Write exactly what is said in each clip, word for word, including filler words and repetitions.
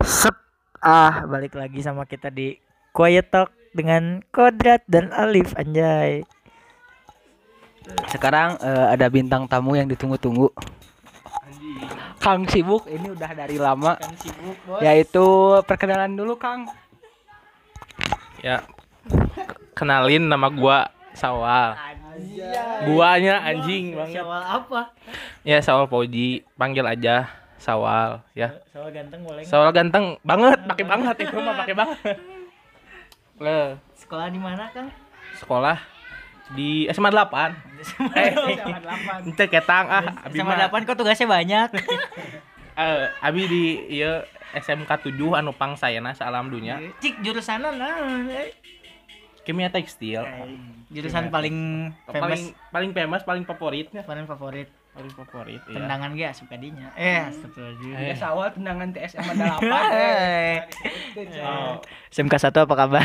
Sep. Ah, balik lagi sama kita di Quiet Talk dengan Kodrat dan Alif, anjay. Sekarang eh, ada bintang tamu yang ditunggu-tunggu. Kang Sibuk ini udah dari lama. Kan sibuk, Bos. Yaitu perkenalan dulu Kang. Ya, kenalin nama gua Sawal. Guanya anjing banget. Sawal apa? Ya, Sawal Fauji, panggil aja Sawal ya. Sawal ganteng boleh nggak? Sawal ganteng banget, pakai banget itu mah pakai banget. Le, Sekolah di mana, Kang? sekolah di S M A delapan. Eh, ente ketang ah, abi Sama mah. delapan kok tugasnya banyak. Eh, abi di ieu S M K tujuh anu pangsayana salam dunya. Cik jurusanan nah. Kimia tekstil. Jurusan paling Paling famous, paling famous, paling favoritnya. paling favorit. Paling favorit iya. Tendangan ge asup kadinya. Eh, astagfirullahaladzim. Eh. Ya Sawal tendangan T S M A delapan. Eh. Oh. S M K satu apa kabar?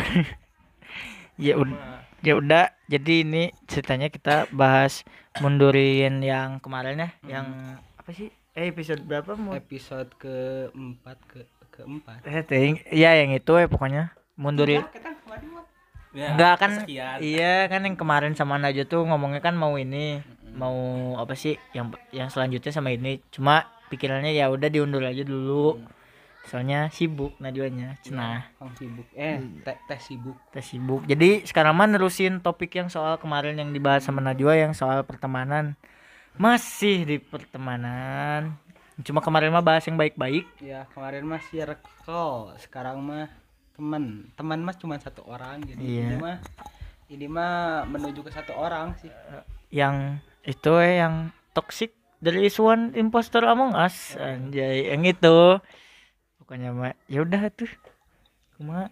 Ya udah. Ya udah, jadi ini ceritanya kita bahas mundurin yang kemarin ya, yang apa sih? Eh episode berapa mau? Episode keempat ke keempat. Eh, ting, iya yang itu ya pokoknya mundurin. Ya, Enggak kan? sekian. Iya kan yang kemarin sama Najwa tuh ngomongnya kan mau ini, mau apa sih? Yang yang selanjutnya sama ini. Cuma pikirannya ya udah diundur aja dulu. Soalnya sibuk Najwanya, cenah. Kang Sibuk. Eh, teh teh Sibuk. Kita sibuk. Jadi sekarang mah nerusin topik yang soal kemarin yang dibahas sama Najwa yang soal pertemanan. Masih di pertemanan. Cuma kemarin mah bahas yang baik-baik. Ya, kemarin mah circle, sekarang mah teman. Teman mah cuma satu orang. Jadi Iya. ini mah ini mah menuju ke satu orang sih. Yang itu eh yang toxic dari One Imposter Among Us. Anjay, yang itu. Pokoknya mah ya udah tuh. Cuma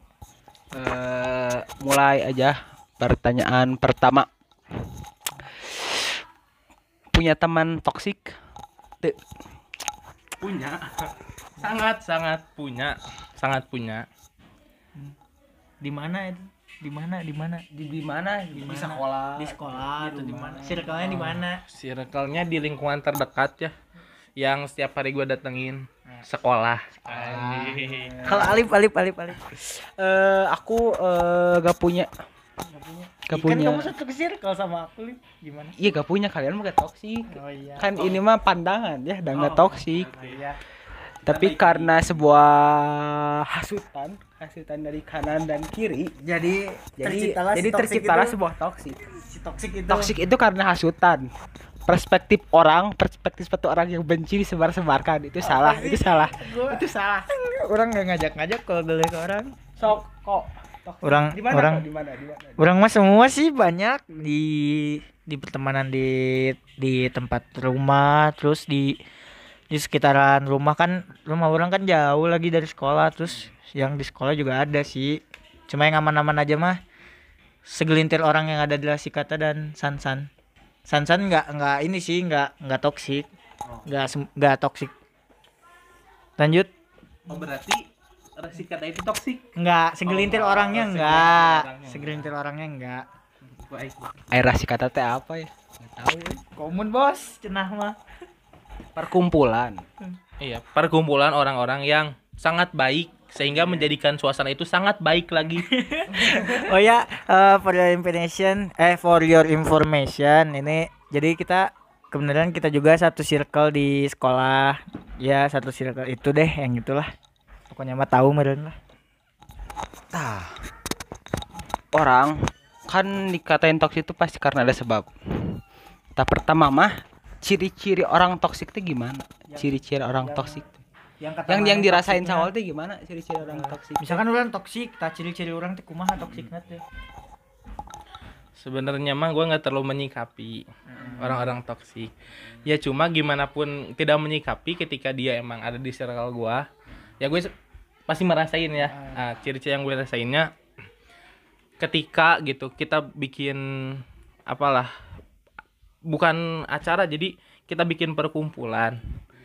Eh, mulai aja pertanyaan pertama. Punya teman toksik? Tuh. Punya. Sangat sangat punya, sangat punya. di mana itu? Di mana? Di mana? Di di mana? Di, mana? sekolah. Di sekolah atau di mana? Circle-nya di mana? Circle-nya di lingkungan terdekat ya. Yang setiap hari gua datengin sekolah. Anjing. Kalau Alif, Alif, Alif, Alif. Eh, aku eh, gak punya. Gak Kan punya. kamu satu circle sama aku, Lif. Gimana? Iya gak punya, kalian mah gak toksik. Oh iya. Kan ini mah pandangan ya, dan gak Oh. toksik. Iya. Tapi karena sebuah hasutan, hasutan dari kanan dan kiri, Jadi jadi terciptalah jadi si toxic terciptalah itu. sebuah toksik. Si toxic itu. Toksik itu karena hasutan. Perspektif orang, perspektif satu orang yang benci disebar-sebarkan itu salah, sih? itu salah. Gua- Itu salah. Orang nggak ngajak-ngajak kalau dulu ke orang. Sok kok toksik. Orang- di mana orang- kok? di mana di mana? Orang mah semua sih banyak di di pertemanan di di tempat rumah, terus di di sekitaran rumah kan, rumah orang kan jauh lagi dari sekolah, terus yang di sekolah juga ada sih. Cuma yang aman-aman aja mah segelintir orang yang ada di Lasikata dan Sansan. Sansan nggak nggak ini sih nggak nggak toksik, nggak sem- nggak toksik. Lanjut. Oh, berarti resiko itu toksik. Nggak segelintir Oh, orangnya segelintir nggak, orangnya segelintir orangnya nggak. Baik. Air rasi kata teh apa ya? Nggak tahu. Komun bos, cenah mah. Perkumpulan. Iya, perkumpulan orang-orang yang sangat baik sehingga menjadikan suasana itu sangat baik lagi. Oh ya, eh, for your information, eh for your information, ini jadi kita kebenaran kita juga satu circle di sekolah. Ya, satu circle itu deh yang itulah. Pokoknya mah tahu meureun lah. Tah. Orang kan dikatain toksik itu pasti karena ada sebab. Tak pertama mah ciri-ciri orang toksik itu gimana? Ciri-ciri orang toksik. Yang Yang yang dirasain Sawal tuh gimana ciri-ciri orang toksik? Misalkan orang toksik, tak ciri-ciri orang teh kumaha toksikna teh. Sebenarnya mah gue nggak terlalu menyikapi orang-orang toksik. Ya cuma gimana pun tidak menyikapi ketika dia emang ada di circle gue, ya gue se- pasti merasain ya. Nah, ciri-ciri yang gue rasainnya ketika gitu kita bikin apalah, bukan acara, jadi kita bikin perkumpulan.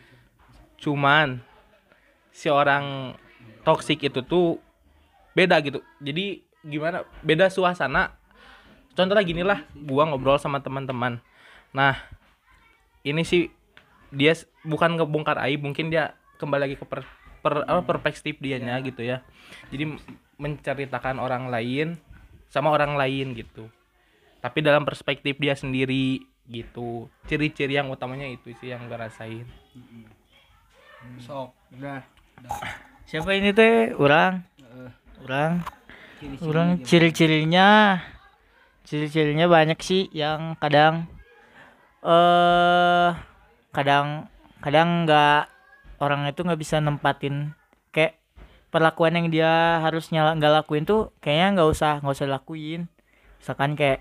Cuman si orang toksik itu tuh beda gitu. Jadi gimana? Beda suasana. Contohnya gini lah, gua ngobrol sama teman-teman. Nah, ini sih dia s- bukan ngebongkar aib, mungkin dia kembali lagi ke per- per apa perspektif dianya gitu ya. Jadi m- menceritakan orang lain sama orang lain gitu. Tapi dalam perspektif dia sendiri gitu. Ciri-ciri yang utamanya itu sih yang gue rasain. Sok. Udah. Siapa ini teh? Orang. Orang. Orang ciri-cirinya ciri-cirinya banyak sih yang kadang eh kadang kadang nggak orang itu nggak bisa nempatin kayak perlakuan yang dia harusnya nggak lakuin tuh kayaknya nggak usah nggak usah lakuin. Misalkan kayak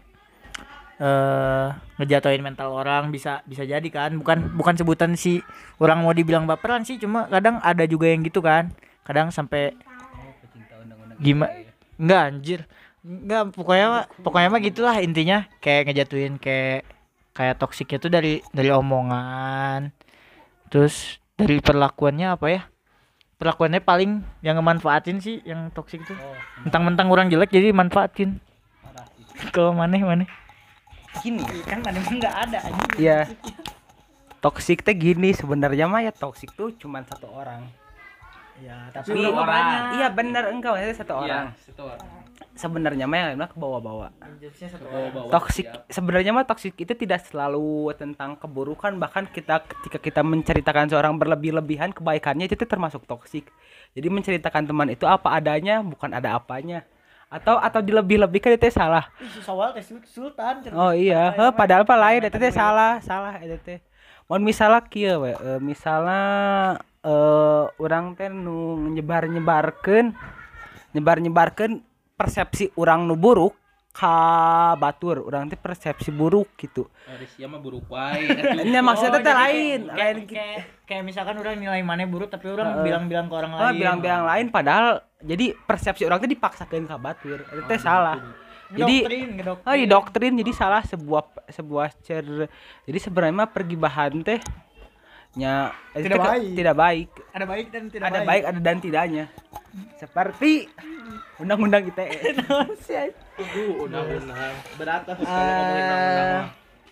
eh ngejatuhin mental orang bisa bisa jadi kan, bukan bukan sebutan si orang mau dibilang baperan sih, cuma kadang ada juga yang gitu kan, kadang sampai gimana enggak anjir enggak pokoknya mah pokoknya mah gitulah intinya, kayak ngejatuhin kayak kayak toksiknya tuh dari dari omongan, terus dari perlakuannya apa ya, perlakuannya paling yang ngemanfaatin sih yang toksik tuh, mentang-mentang orang jelek jadi manfaatin. Kalau maneh maneh Gini. kan maneh mah nggak ada anjing. Iya. Toksik teh gini sebenarnya mah ya, toksik tuh cuman satu orang. Ya, Tapi tapi orang banyak. Iya benar, enggak maksudnya satu orang. Satu orang. Sebenarnya mah yang lainnya ke bawah-bawah. Jenisnya satu orang. Toksik sebenarnya mah toksik itu tidak selalu tentang keburukan, bahkan kita ketika kita menceritakan seorang berlebih-lebihan kebaikannya itu tuh termasuk toksik. Jadi menceritakan teman itu apa adanya, bukan ada apanya. Atau atau dilebih-lebihkan itu salah. Ih, si Sawal teh sultan. Oh iya, heh, padahal apa lain itu teh salah, salah itu teh. Mun misalnya kieu we, e, misalnya eh urang teh nu nyebar-nyebarkeun nyebar-nyebarkeun persepsi urang nu buruk ka batur, urang teh persepsi buruk gitu. Arisya mah buruk wae. Ini maksudnya teh lain, kayak, lain gitu. kayak, kayak misalkan orang nilai mana buruk tapi orang bilang-bilang ke orang Oh, lain. bilang-bilang lain padahal jadi persepsi orang teh dipaksakeun ka batur. Itu teh salah. Jadi Doktrin, ngedoktrin. oh, iya, doktrin jadi salah sebuah sebuah cer. Jadi sebenarnya mah pergibahan teh nya eh, Tidak teh ke- baik. tidak baik. Ada baik dan tidak Ada baik, ada dan tidaknya. Seperti undang-undang I T E. Aduh, undang-undang. Berat lah kalau Eh, ngomongin undang-undang mah.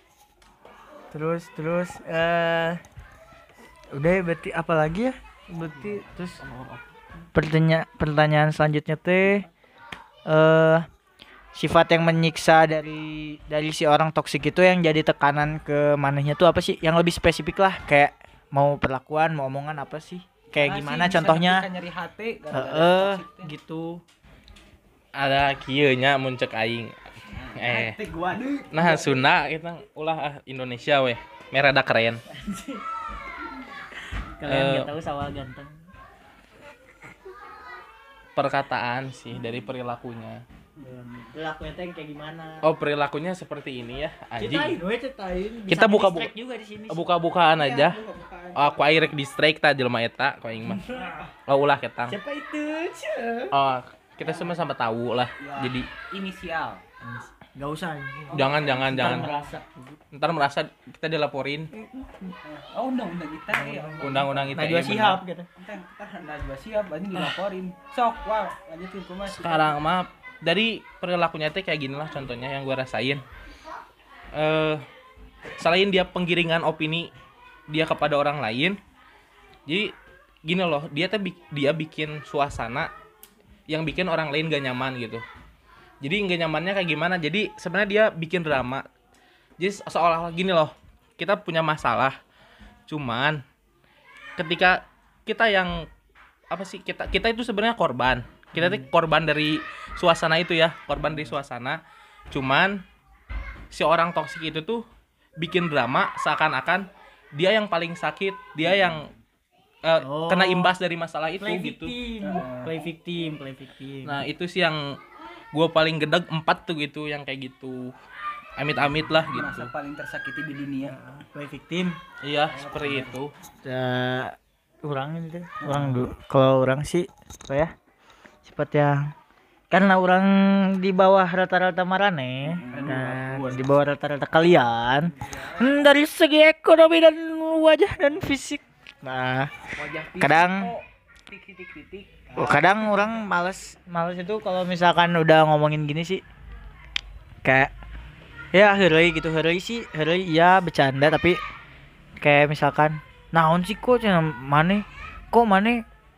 Terus terus eh udah ya, berarti apa lagi ya? Berarti terus pertanyaan pertanyaan selanjutnya teh eh sifat yang menyiksa dari dari si orang toksik itu yang jadi tekanan ke manehnya tuh apa sih? Yang lebih spesifik lah, kayak mau perlakuan, mau omongan apa sih? Kayak gimana contohnya? nyari hati Heeh, gitu. Ada kieu nya mun cek aing. Eh. gua deui. Nah, Sunda kita ulah ah Indonesia weh. Merada keren. Kalian Eh, nggak tahu Sawal ganteng. Perkataan sih dari perilakunya. Perilakunya teh kayak gimana? Oh, perilakunya seperti ini ya, Citain, anjing. we citain. Bisa Kita buka- di-distract juga di sini. Buka-bukaan Iya, aja. buka-bukaan. Oh, aku air rek distract ta jelema eta ko aing mah. Oh, ulah ketang. Siapa itu? Cep. Oh, kita semua sama tahu lah. Jadi Inisial. Enggak usah. anjing. jangan jangan Ntar jangan. merasa. Ntar merasa kita dilaporin Oh, undang-undang kita ya. undang-undang I T E. Najwa Shihab gitu. Entar entar Najwa siap anjing dilaporin. Sok, wah, lanjutin kumaha. Sekarang mah dari perilakunya teh kayak gini lah contohnya yang gue rasain. Eh selain dia penggiringan opini dia kepada orang lain, jadi gini loh, dia teh bik- dia bikin suasana yang bikin orang lain gak nyaman gitu. Jadi gak nyamannya kayak gimana? Jadi sebenarnya dia bikin drama. Jadi se- seolah-olah gini loh, kita punya masalah, cuman ketika kita yang apa sih kita kita itu sebenarnya korban. Kita tuh korban dari suasana itu ya, korban dari suasana. Cuman si orang toksik itu tuh bikin drama seakan-akan dia yang paling sakit, dia yang eh, Oh. kena imbas dari masalah itu Play gitu. victim. Play victim, play victim. Nah, itu sih yang gue paling gedeg empat tuh gitu yang kayak gitu. Amit-amit lah gitu. Merasa paling tersakiti di dunia. Play victim. Iya, seperti itu. Ya, orang ini deh. Orang dulu. Kalau orang sih apa ya? Sifat yang karena orang di bawah rata-rata marane dan di bawah rata-rata kalian hmm, dari segi ekonomi dan wajah dan fisik. Nah, Wajah fisik kadang kok titik-titik. oh, kadang orang males males itu kalau misalkan udah ngomongin gini sih kayak ya heureuy gitu, heureuy sih heureuy ya bercanda, tapi kayak misalkan naon sih kok cenah maneh kok maneh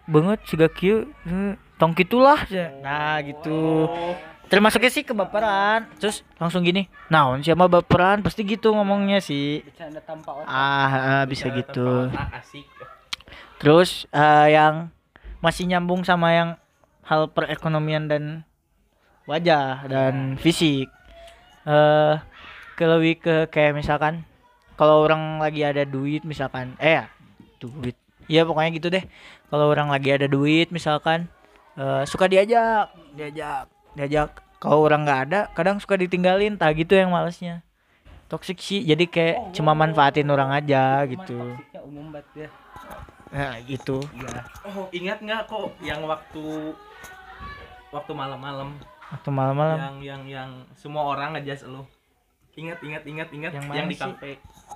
banget siga kieu eh, tong gitulah nah gitu termasuknya sih kebaperan terus langsung gini naon siapa baperan pasti gitu ngomongnya sih Bercanda tanpa otak. ah, ah, bisa Bicara gitu tanpa otak, asik. terus eh, yang masih nyambung sama yang hal perekonomian dan wajah dan fisik eh ke lebih ke kayak misalkan kalau orang lagi ada duit misalkan eh ya duit ya pokoknya gitu deh kalau orang lagi ada duit misalkan eh, suka diajak diajak diajak kalau orang nggak ada kadang suka ditinggalin tah gitu yang malesnya toksik sih jadi kayak cuma manfaatin orang aja gitu Toksiknya umum banget ya. nah gitu Iya. Oh, ingat nggak kok yang waktu waktu malam-malam waktu malam-malam yang yang yang semua orang ngejas lu. Ingat ingat ingat ingat Yang yang, mana di sih? kafe.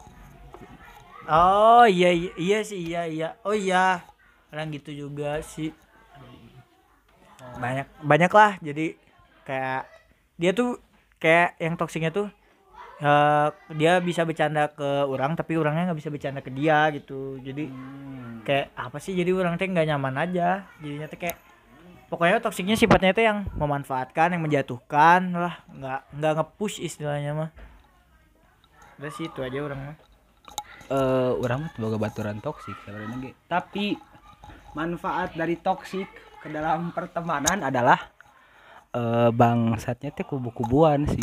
oh iya iya, iya sih iya iya oh iya orang gitu juga sih banyak banyak lah jadi kayak dia tuh kayak yang toksiknya tuh eh, dia bisa bercanda ke orang tapi orangnya nggak bisa bercanda ke dia gitu jadi Hmm. kayak apa sih jadi orang teh nggak nyaman aja jadinya tuh kayak pokoknya toksiknya sifatnya itu yang memanfaatkan yang menjatuhkan lah nggak nggak nge-push istilahnya mah udah sih itu aja orang mah Eh, orang mah boga baturan toksik sebenarnya ge. Tapi manfaat dari toksik ke dalam pertemanan adalah eh bangsatnya teh kubu-kubuan sih.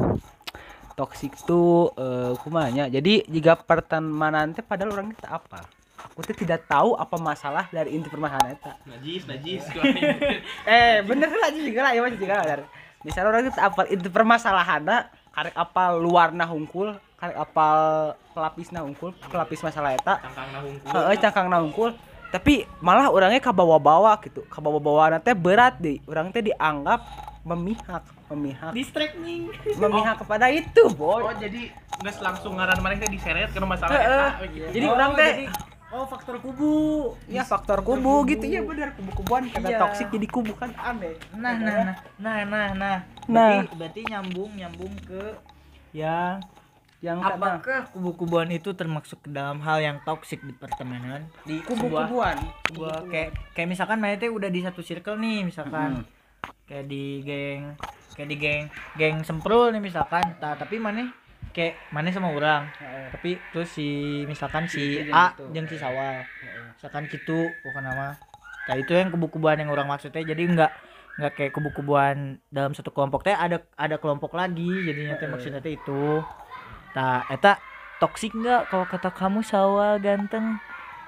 Toksik tuh eh kumanya. Jadi jika pertemanan teh padahal orang teh apa? Aku tuh tidak tahu apa masalah dari inti permasalahan eta. Najis najis. Eh, bener lah juga lah ya masih juga lah. Misalnya orang itu apa inti permasalahanna karek apal luarna hungkul, karek apal pelapisna hungkul, pelapis masalah eta. Tangkangna hungkul. Heeh, cangkangna hungkul. Tapi malah orangnya kabawa-bawa gitu. Kabawa-bawa teh berat deh. Orang teh dianggap memihak, memihak. distracting Memihak kepada itu, boy. Oh, jadi nggak langsung ngaran mana teh diseret karena masalah Heeh. eta. gitu. Jadi orang teh oh faktor kubu ya faktor kubu gitu ya bener kubu-kubuan karena Iya. toksik jadi kubu kan aneh. nah nah nah nah nah nah Nah. berarti, berarti nyambung nyambung ke yang Yang karena apakah kubu-kubuan itu termasuk ke dalam hal yang toksik di pertemanan di sebuah, kubu-kubuan sebuah kayak kayak misalkan mana teh udah di satu circle nih misalkan Mm. kayak di geng kayak di geng geng semprul nih misalkan ta, tapi mana kayak mana sama orang Heeh. tapi terus si misalkan si Itu A jeung gitu. jeung si Sawal misalkan gitu pokoknya nama nah itu yang kubu-kubuan yang orang maksudnya jadi enggak enggak kayak kubu-kubuan dalam satu kelompok teh ada ada kelompok lagi jadinya teh maksudnya teh itu nah eta toksik enggak kalau kata kamu Sawal ganteng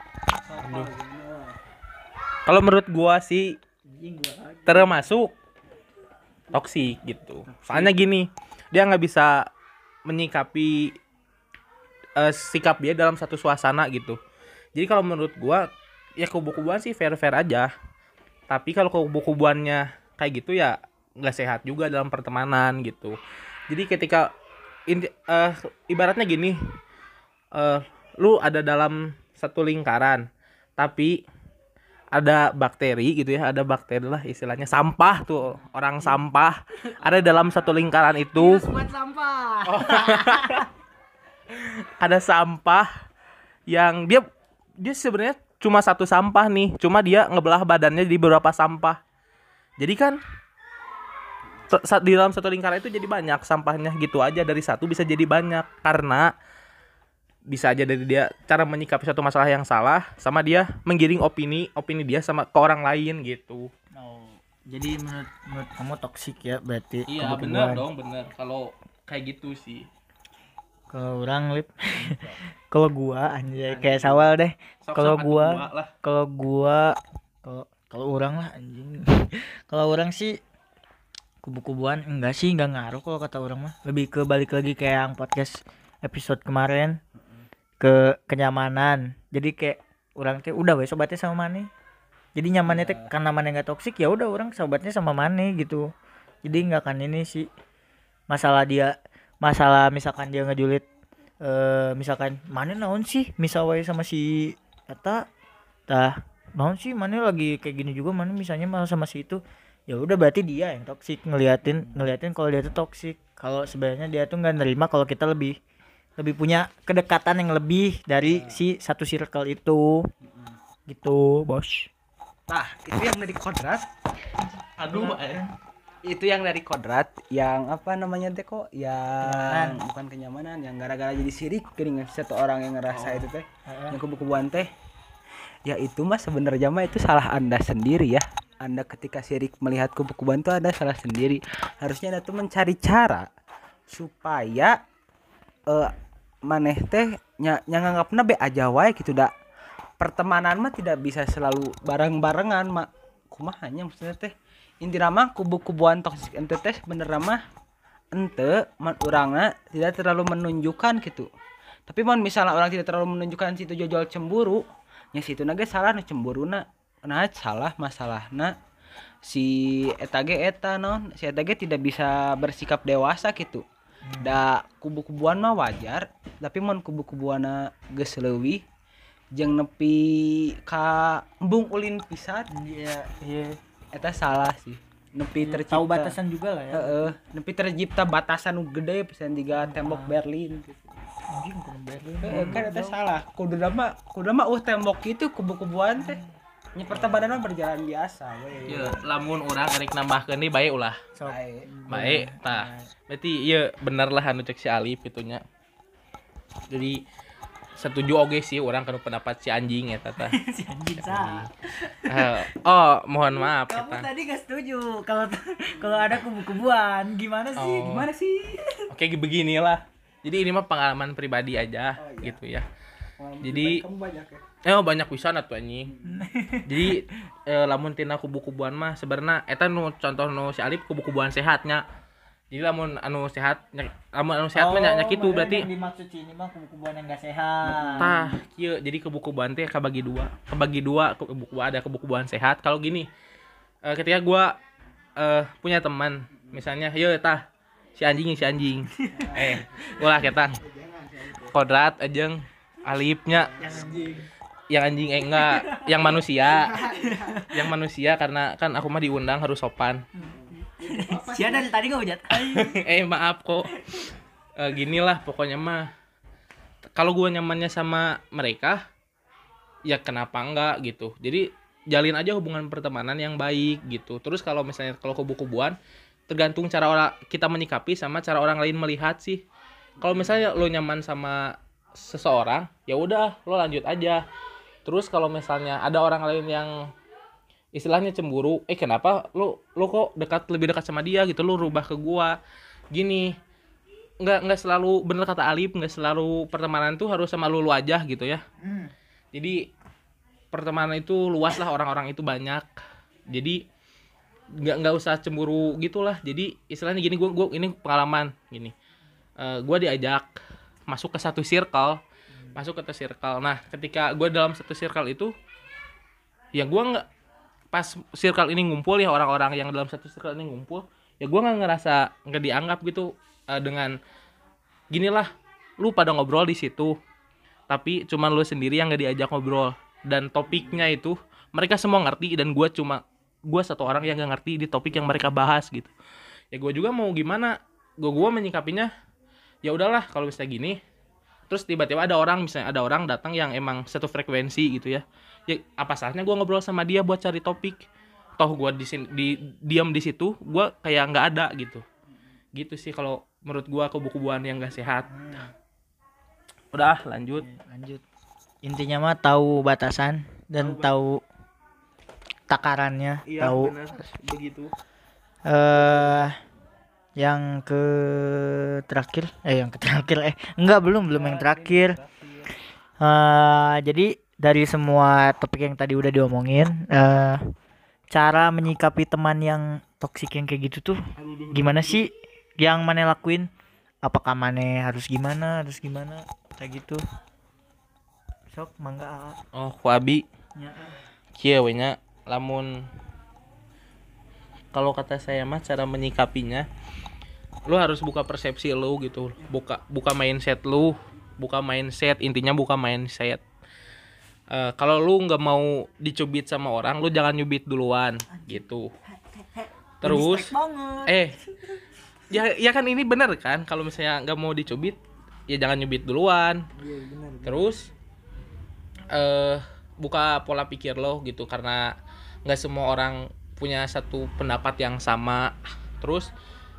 Kalau menurut gua sih termasuk toksik gitu. Soalnya gini, dia nggak bisa menyikapi eh, sikap dia dalam satu suasana gitu. Jadi kalau menurut gua ya kubu-kubuan sih fair-fair aja. Tapi kalau kubu-kubuannya kayak gitu ya nggak sehat juga dalam pertemanan gitu. Jadi ketika inti- eh, ibaratnya gini, eh, lu ada dalam satu lingkaran, tapi ada bakteri gitu ya, ada bakteri lah istilahnya sampah tuh orang sampah ada dalam satu lingkaran itu buat sampah ada sampah yang dia dia sebenarnya cuma satu sampah nih, cuma dia ngebelah badannya di beberapa sampah. Jadi kan t- sa- di dalam satu lingkaran itu jadi banyak sampahnya gitu aja, dari satu bisa jadi banyak karena bisa aja dari dia cara menyikapi satu masalah yang salah sama dia menggiring opini opini dia sama ke orang lain gitu. oh, jadi menurut menurut kamu toksik ya berarti Iya kubu-kubuan. bener dong bener kalau kayak gitu sih. Kalau orang lip kalau gua anjay kayak Sawal deh kalau Sok-sok atuh gua gua lah. kalau gua kalau kalau orang lah anjing kalau orang sih kubu-kubuan enggak sih enggak ngaruh kalau kata orang mah lebih ke balik lagi kayak yang podcast episode kemarin ke kenyamanan jadi kayak orang teh udah wes sobatnya sama Mane jadi nyamannya teh karena Mane nggak toksik ya udah orang sobatnya sama Mane gitu jadi nggak kan ini sih masalah dia masalah misalkan dia ngejulit eh misalkan Mane naon sih misal wae sama si eta tah naon sih Mane lagi kayak gini juga Mane misalnya malah sama si itu ya udah berarti dia yang toksik ngeliatin ngeliatin kalau dia tuh toksik kalau sebenarnya dia tuh nggak nerima kalau kita lebih lebih punya kedekatan yang lebih dari si satu circle itu gitu bos Nah, itu yang dari kodrat. Aduh, eh. Itu yang dari kodrat yang apa namanya teh kok yang Kenyamanan. bukan kenyamanan yang gara-gara jadi sirik geuning satu orang yang ngerasa itu teh yang kubu-kubuan teh ya itu mah sebenarnya mah itu salah Anda sendiri ya. Anda ketika sirik melihat kubu-kubuan tuh Anda salah sendiri. Harusnya Anda tuh mencari cara supaya eh maneh teh nya nganggapna be aja wae gitu da. Pertemanan mah tidak bisa selalu bareng-barengan mak. Kumaha nya maksudnya teh intina mah kubu-kubuan toksik ente teh bener mah ente man urangna tidak terlalu menunjukkan gitu. Tapi mun misalnya orang tidak terlalu menunjukkan situ jojol cemburu, nya situ na ge salah nu cemburuna. Nah, salah masalahna si eta ge eta non, si eta ge tidak bisa bersikap dewasa gitu. Da kubu-kubuan mah wajar, tapi mun kubu-kubuana geus leuwih jeung nepi ka embung ulin pisan, Iya, iya. eta salah sih. Nepi tercipta. Tahu batasan juga lah ya. Heeh, nepi tercipta batasan nu gede pisan diga tembok Berlin gitu. Anjing bukan Berlin. Heeh, kan eta salah. Kuduna mah kuduna mah uh tembok itu kubu-kubuan teh. Nya pertemanan mah berjalan biasa we. Ieu lamun urang arek nambahkeun deui bae ulah. Sok. Bae. Bae, tah. Berarti ieu bener lah anu cek si Alif itunya. Jadi setuju oge sih orang kana pendapat si anjing eta tah. Si anjing sah. Eh, oh, mohon maaf Kamu eta. tadi gak setuju kalau kalau ada kubu-kubuan. Gimana sih? Oh. Gimana sih? Oke, beginilah. Jadi ini mah pengalaman pribadi aja gitu ya. Jadi Kamu banyak ya. eh oh, banyak pisan atuh anjing. Jadi eh, lamun tina kubu-kubuan mah sebenarnya eta nu contoh nu si Alif kubu-kubuan sehatnya. Jadi lamun anu sehat, nya- lamun anu sehat mah nya nya kitu berarti. Yang dimaksud sini mah kubu-kubuan yang gak sehat. Tah, kieu jadi kubu-kubuan teh kabagi dua. Kabagi dua, kubu-kubuan ada kubu-kubuan sehat. Kalau gini, eh, ketika gua eh, punya teman, misalnya, "Yo tah, si anjing si anjing." eh, ulah kita. Kodrat ajeng Alipnya yang anjing eh enggak, yang manusia. Yang manusia karena kan aku mah diundang harus sopan. Sia dari tadi gak hujat. eh maaf kok. Eh, ginilah pokoknya mah kalau gua nyamannya sama mereka ya kenapa enggak gitu. Jadi jalin aja hubungan pertemanan yang baik gitu. Terus kalau misalnya kalau kubu-kubuan tergantung cara orang kita menyikapi sama cara orang lain melihat sih. Kalau misalnya lo nyaman sama seseorang ya udah lo lanjut aja. Terus kalau misalnya ada orang lain yang istilahnya cemburu, eh kenapa lu lu kok dekat lebih dekat sama dia gitu, lu rubah ke gua gini. nggak nggak selalu bener kata Alif, nggak selalu pertemanan tuh harus sama lu, lu aja gitu ya. Jadi pertemanan itu luas lah, orang-orang itu banyak, jadi nggak nggak usah cemburu gitulah. Jadi istilahnya gini, gua gua ini pengalaman gini. Eh, gua diajak masuk ke satu circle, masuk ke satu circle. Nah ketika gua dalam satu circle itu ya gua nggak, pas circle ini ngumpul ya orang-orang yang dalam satu circle ini ngumpul ya gue nggak ngerasa nggak dianggap gitu uh, dengan ginilah lu pada ngobrol di situ tapi cuman lu sendiri yang nggak diajak ngobrol dan topiknya itu mereka semua ngerti dan gue cuma gue satu orang yang nggak ngerti di topik yang mereka bahas gitu. Ya gue juga mau gimana, gue gue menyikapinya ya udahlah kalau misalnya gini. Terus tiba-tiba ada orang, misalnya ada orang datang yang emang satu frekuensi gitu ya. Ya apa salahnya gue ngobrol sama dia buat cari topik. Toh gue di, di diam di situ, gue kayak nggak ada gitu. Gitu sih kalau menurut gue kubu-kubuan yang gak sehat. Udah lanjut. Lanjut. Intinya mah tahu batasan dan tahu takarannya, tahu benar begitu. eh yang ke terakhir eh yang ke terakhir eh enggak belum belum yang terakhir. Eh jadi dari semua topik yang tadi udah diomongin, eh cara menyikapi teman yang toksik yang kayak gitu tuh gimana sih yang Mane lakuin? Apakah Mane harus gimana harus gimana kayak gitu? Sok mangga. Oh kuabi Ya. kieu we nya lamun kalau kata saya mah cara menyikapinya lu harus buka persepsi lu gitu, buka buka mindset lu, buka mindset, intinya buka mindset. Uh, kalau lu nggak mau dicubit sama orang, lu jangan nyubit duluan gitu. Terus eh ya ya kan ini bener kan, kalau misalnya nggak mau dicubit ya jangan nyubit duluan. Terus eh uh, buka pola pikir lo gitu, karena nggak semua orang punya satu pendapat yang sama. Terus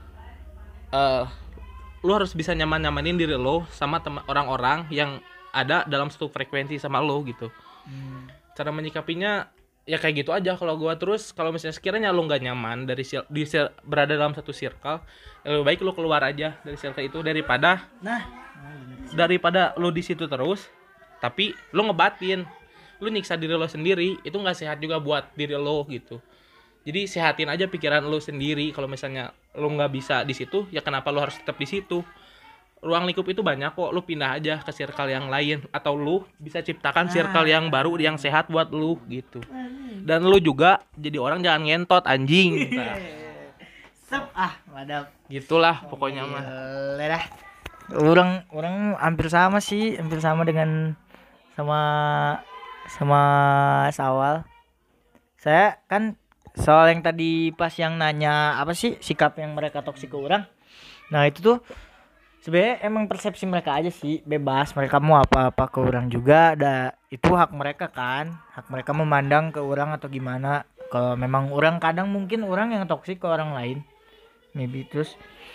eh lu harus bisa nyaman-nyamanin diri lo sama teman orang-orang yang ada dalam satu frekuensi sama lo gitu. Cara menyikapinya ya kayak gitu aja kalau gua. Terus kalau misalnya sekiranya lo nggak nyaman dari sil- di sil- berada dalam satu circle, ya lebih baik lo keluar aja dari circle itu daripada Nah, daripada lo di situ terus tapi lo ngebatin, lo nyiksa diri lo sendiri, itu nggak sehat juga buat diri lo gitu. Jadi sehatin aja pikiran lo sendiri. Kalau misalnya lo nggak bisa di situ, ya kenapa lo harus tetap di situ? Ruang lingkup itu banyak kok, lo pindah aja ke circle yang lain atau lo bisa ciptakan circle yang baru yang sehat buat lo gitu. Dan lo juga jadi orang jangan ngentot anjing. Nah, sep ah, madap. gitulah pokoknya mah. Boleh dah. Orang orang hampir sama sih, hampir sama dengan sama sama Sawal. Saya kan soal yang tadi pas yang nanya apa sih sikap yang mereka toksik ke orang. Nah, itu tuh sebenarnya emang persepsi mereka aja sih, bebas mereka mau apa-apa ke orang juga, ada itu hak mereka kan, hak mereka memandang ke orang atau gimana. Kalau memang orang kadang mungkin orang yang toksik ke orang lain, maybe. Terus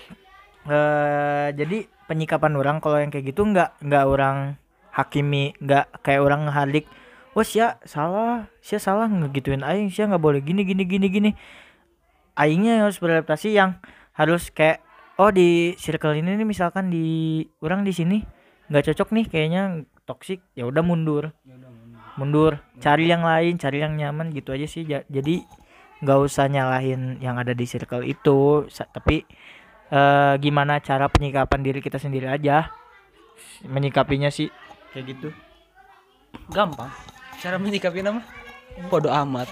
eh jadi penyikapan orang kalau yang kayak gitu nggak nggak orang hakimi, nggak kayak orang ngehalik, wah sia salah, sia salah ngegituin aing, sia nggak boleh gini gini gini gini. Aingnya harus beradaptasi yang harus kayak, oh di circle ini nih misalkan di orang di sini nggak cocok nih kayaknya toksik, ya udah mundur mundur cari yang lain, cari yang nyaman gitu aja sih. Ja- jadi nggak usah nyalahin yang ada di circle itu, sa- tapi eh, gimana cara penyikapan diri kita sendiri aja menyikapinya sih kayak gitu. Gampang. Cara menyikapi nama bodo amat.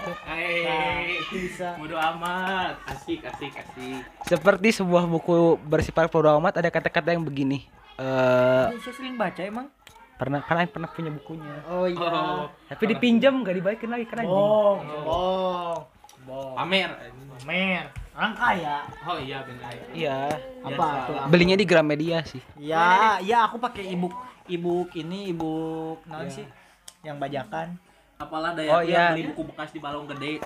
Bisa. Bodo amat, asik asik asik. Seperti sebuah buku bersifat bodo amat ada kata-kata yang begini. Eh Saya sering baca emang. pernah kan Aing pernah punya bukunya. Oh iya. Oh, Tapi dipinjam nggak dibalikin lagi kan anjing. Bohong, bohong, bohong. pamer. Mer, orang kaya. Oh iya benar. Iya. Apa tuh? Belinya di Gramedia sih. Ya, ya aku pakai ebook, ebook ini ebook non sih, yang bajakan. Apalah daya Oh, aku iya. yang beli buku bekas di balong gede.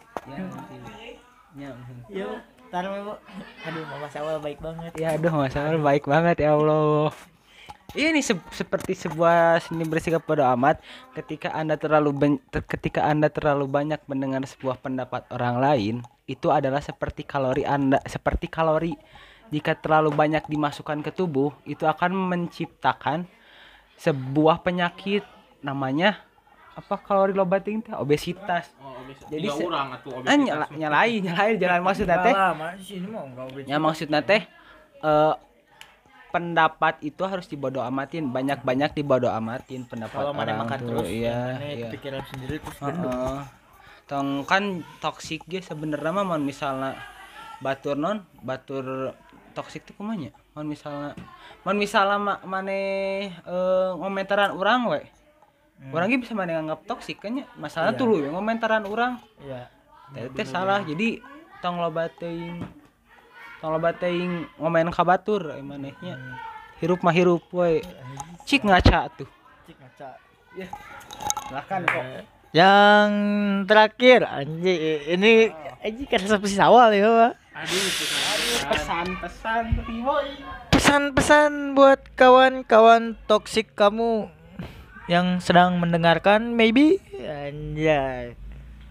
Ya. Yo, taruh bu. Aduh, mama Sawal baik banget. Ya aduh masalah baik banget ya Allah. Ini se- seperti sebuah seni bersikap bodo amat ketika Anda terlalu ben- ter- ketika Anda terlalu banyak mendengar sebuah pendapat orang lain, itu adalah seperti kalori Anda seperti kalori jika terlalu banyak dimasukkan ke tubuh, itu akan menciptakan sebuah penyakit namanya apa kalori lobating teh obesitas. Oh, obes- Jadi tiga se- orang atuh Ah, obesitas. nyala, nyalain nyalain jalan maksudnya teh. masih ini mau enggak obesitas. Ya maksudnya teh eh, pendapat itu harus dibodo amatin, banyak-banyak dibodo amatin pendapat Kalau mana orang makan tuh. terus, Iya, mana iya. kepikiran sendiri terus gendut. Heeh. Tong kan toksik ge sebenarnya mah mun misalna batur non, batur toksik tuh kumanya? Mun misalna mun misalna ma, maneh eh, ngomentaran urang we. Urang ge bisa maneh nganggap toksik kan nya. Masalah Iya. tuh lu ngomentaran urang. Iya. Teh teh salah. Jadi tong loba teuing tong loba teuing ngomen ka batur ai manehnya. Hirup mah hirup we. Cik ngaca tuh. Cik ngaca. Silakan kok. Yang terakhir anjing ini anjing kan seperti Sawal ya, Pak. Aduh, Pesan-pesan boy. Pesan-pesan buat kawan-kawan toksik kamu yang sedang mendengarkan maybe anjay.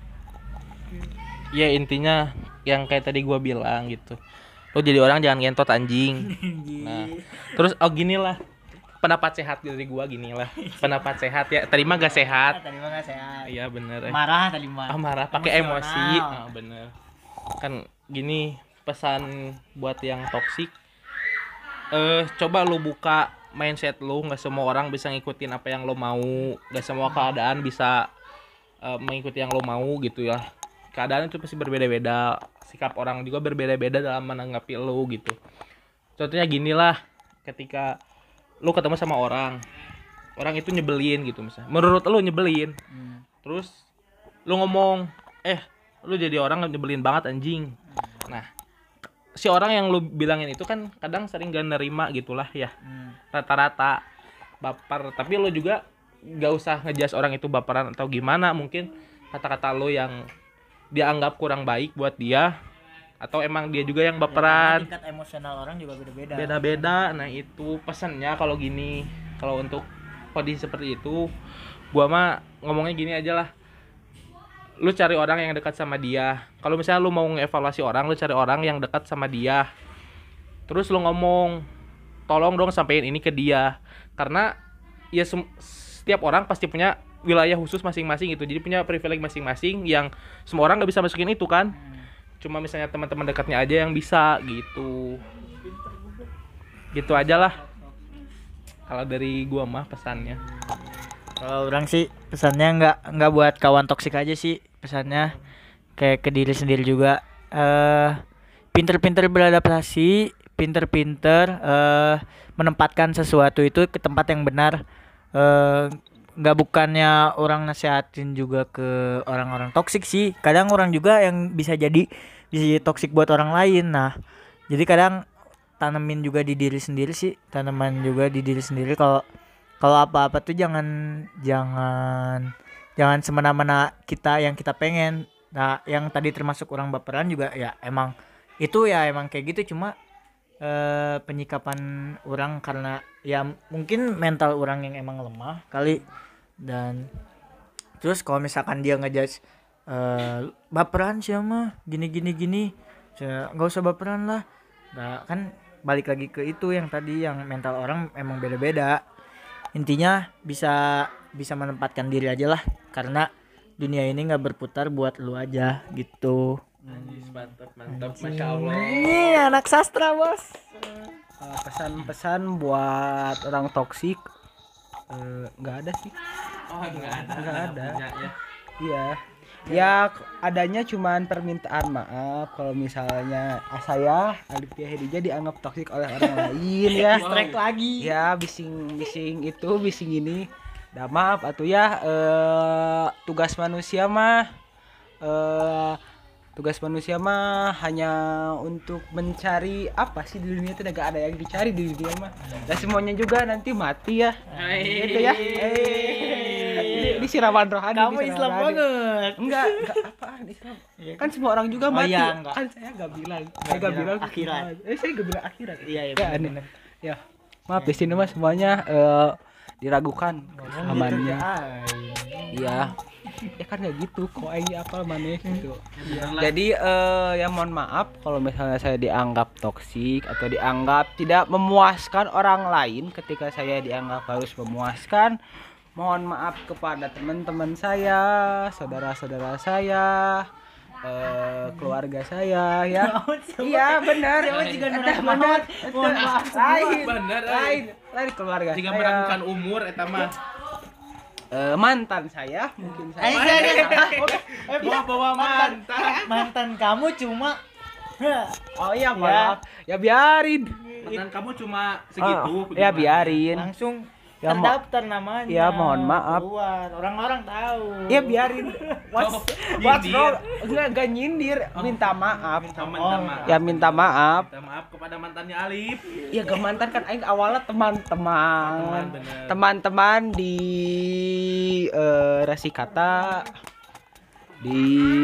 ya intinya yang kayak tadi gua bilang gitu. Lo jadi orang jangan ngentot anjing. Nah, terus oh gini lah. Pendapat sehat dari gua gini lah. Pendapat sehat ya, terima gak sehat. Tadi mah nggak sehat. Iya bener. eh. Marah tadi mah. Ah, marah pakai Emosional. emosi. Ah, bener. Kan gini pesan buat yang toksik. Eh coba lu buka mindset lu, nggak semua orang bisa ngikutin apa yang lo mau, nggak semua keadaan bisa eh, mengikuti yang lo mau gitu ya. Keadaan itu pasti berbeda-beda, sikap orang juga berbeda-beda dalam menanggapi lo gitu. Contohnya gini lah, ketika lu ketemu sama orang, orang itu nyebelin gitu misalnya, menurut lu nyebelin, terus lu ngomong, eh lu jadi orang nyebelin banget anjing. Nah, si orang yang lu bilangin itu kan kadang sering gak nerima gitulah ya, rata-rata baper. Tapi lu juga gak usah ngejudge orang itu baperan atau gimana, mungkin kata-kata lu yang dia anggap kurang baik buat dia, atau emang dia juga yang Ya, karena baperan. tingkat emosional orang juga beda-beda. Beda-beda. Nah itu pesannya kalau gini, kalau untuk kondisi seperti itu, gua mah ngomongnya gini aja lah. Lu cari orang yang dekat sama dia. Kalau misalnya lu mau ngevaluasi orang, lu cari orang yang dekat sama dia. Terus lu ngomong, tolong dong sampein ini ke dia. Karena ya sem- setiap orang pasti punya wilayah khusus masing-masing gitu. Jadi punya privilege masing-masing yang semua orang nggak bisa masukin itu kan. Cuma misalnya teman-teman dekatnya aja yang bisa gitu. Gitu aja lah. Kalau dari gua mah pesannya. Kalau orang sih pesannya nggak nggak buat kawan toksik aja sih, pesannya kayak ke diri sendiri juga. eh Pinter-pinter beradaptasi, pinter-pinter eh menempatkan sesuatu itu ke tempat yang benar. eh nggak bukannya orang nasehatin juga ke orang-orang toksik sih, kadang orang juga yang bisa jadi bisa jadi toksik buat orang lain. Nah, jadi kadang tanemin juga di diri sendiri sih, tanaman juga di diri sendiri. Kalau kalau apa-apa tuh jangan jangan jangan semena-mena kita yang kita pengen. Nah, yang tadi termasuk orang baperan juga ya emang itu ya emang kayak gitu, cuma eh, penyikapan orang karena ya mungkin mental orang yang emang lemah kali. Dan terus kalau misalkan dia ngejudge eh baperan sih mah gini gini gini, ya, nggak usah baperan lah. Nah, kan balik lagi ke itu yang tadi, yang mental orang emang beda-beda. Intinya bisa bisa menempatkan diri aja lah, karena dunia ini nggak berputar buat lu aja gitu. Anjis, mantap, mantap, masya Allah. Ini anak sastra bos. Eh, pesan-pesan buat orang toksik eh, nggak ada sih. Oh enggak ada. Nggak ada. Punya, ya. Iya. Ya adanya cuman permintaan maaf kalau misalnya ah, saya Alipia Hedija dianggap toksik oleh orang lain ya. Strike lagi. Ya bising-bising itu, bising ini. Dah maaf atuh ya, eh tugas manusia mah eh tugas manusia mah hanya untuk mencari apa sih di dunia itu, gak ada yang dicari di dunia mah. Dan semuanya juga nanti mati ya. Gitu ya. Eh, ini, ini siraman rohani. Kamu ini Islam siraman rohani. banget. Enggak, enggak apaan Islam. Kan semua orang juga Oh mati. iya, enggak. Kan saya enggak bilang. Saya Nggak enggak bilang bilang akhirat. Eh saya enggak bilang akhirat. Iya, iya, Ya, bener, aneh. bener. Ya. Maaf di sini mah semuanya eh, diragukan amannya. Iya. Ya kan kayak gitu kok aing apa maneh gitu. Jadi eh ya mohon maaf kalau misalnya saya dianggap toksik atau dianggap tidak memuaskan orang lain ketika saya dianggap harus memuaskan. Mohon maaf kepada teman-teman saya, saudara-saudara saya, eh keluarga saya ya. Iya benar. Eta benar. Mohon maaf Lain. Bener, Lain. Lain keluarga Jika saya. meragukan umur eta mah. Eh, mantan saya mungkin saya. Bawa bawa mantan. Mantan kamu cuma Oh iya maaf. Ya biarin. Mantan kamu cuma segitu. Oh, ya biarin. langsung Ya, mo- terdaftar namanya. ya, mohon maaf. Keluar. Orang-orang tahu. Ya biarin. What's, Oh, what's nyindir. wrong? Enggak, enggak nyindir, minta maaf. Minta, minta Oh, maaf. Ya minta maaf. Minta maaf kepada mantannya Alif. Ya gak mantan kan aing awalnya teman-teman. Teman, bener. Teman-teman di eh Rasikata di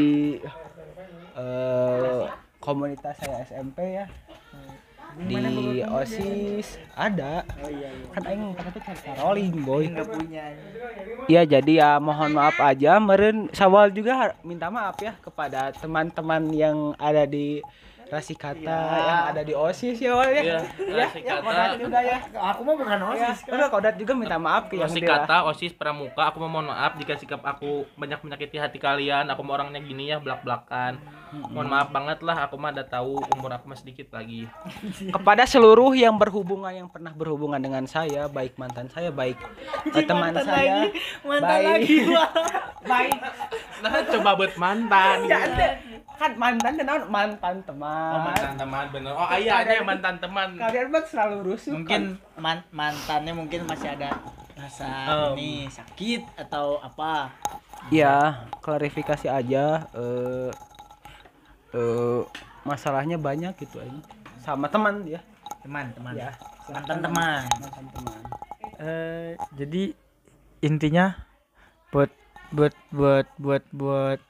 eh komunitas saya S M P ya. Di OSIS ada. Oh iya, iya. Kan aing kata tuh rolling boy. Enggak punya. Iya jadi ya mohon maaf aja meren Sawal juga har- minta maaf ya kepada teman-teman yang ada di Rasikata yang ada di OSIS ya Wal ya. Iya, Ya, ya, Rasikata. Kodat juga ya. Aku mah bukan Ya, OSIS. udah Kodat juga minta maaf ke yang OSIS dia. kata, OSIS pramuka, aku mohon maaf jika sikap aku banyak menyakiti hati kalian. Aku mau orangnya gini ya, belak-belakan. Mohon maaf banget lah, aku mah udah tahu umur aku masih sedikit lagi. Kepada seluruh yang berhubungan yang pernah berhubungan dengan saya, baik mantan saya, baik eh, teman Mantan saya, lagi, mantan baik lagi. baik Nah, coba buat mantan. ya ada kan mantan dan mantan teman. Oh, mantan teman bener. Oh, iya ada yang mantan teman. Kalian mah selalu rusuh. Mungkin man- mantannya mungkin masih ada rasa Um. ini sakit atau apa. Iya, klarifikasi aja. Eh, eh, masalahnya banyak gitu aja. Sama teman ya. Teman, teman. Ya, Mantan teman. mantan teman. Eh, jadi intinya buat buat buat buat buat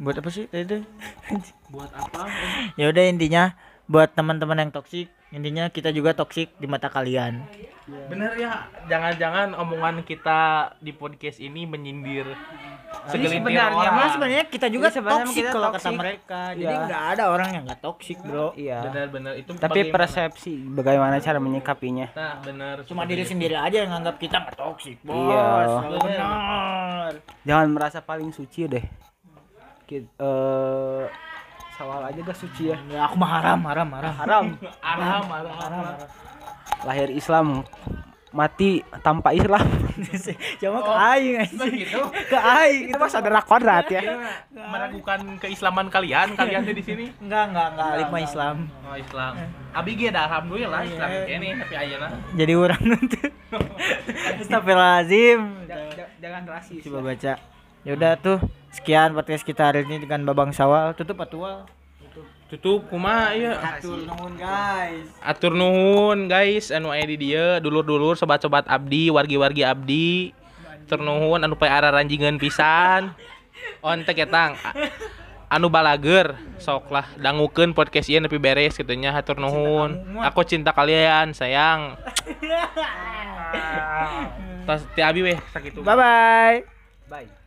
Buat apa sih tadi? Buat apa? Ya udah intinya buat teman-teman yang toksik, intinya kita juga toksik di mata kalian. Bener ya, jangan-jangan omongan kita di podcast ini menyindir segelintir Sebenarnya orang. mah sebenarnya kita juga Jadi sebenarnya toksik kita kalau kata toksik. mereka. Jadi Iya. nggak ada orang yang nggak toksik, Bro. Iya. Bener-bener itu Tapi bagaimana? persepsi bagaimana cara menyikapinya. Nah, bener. Cuma seperti diri itu. sendiri aja yang nganggap kita nggak toksik, Bos. Iya. Benar. Jangan merasa paling suci deh. Kit, eh sawal aja gak suci ya. Ya aku mah haram, haram, haram. Haram. Aram, aram, aram. Lahir Islam, mati tanpa Islam. Cuma ke Oh, aing aja. Begitu. Ke aing. Itu mah saudara kodrat ya. Meragukan keislaman kalian, kalian tuh di sini. Enggak, enggak, enggak alif mah Islam. Oh, Islam. Abi ge dah alhamdulillah Islam kene tapi ayeuna. Jadi orang nanti. Astagfirullahalazim. Jangan rasis. Coba baca. Ya udah tuh, sekian podcast kita hari ini dengan Babang Sawal. Tutup atual. Tutup kumaha ieu? Atur nuhun guys. Atur nuhun guys anu aya di dieu, dulur-dulur sobat-sobat abdi, wargi-wargi abdi. Atur nuhun anu pae araranjingeun pisan. On teh ketang. Anu balager sok lah dangukeun podcast ieu nepi beres kitu nya hatur nuhun. Aku cinta kalian, sayang. Tas ti abi weh sakitu. Bye bye. Bye.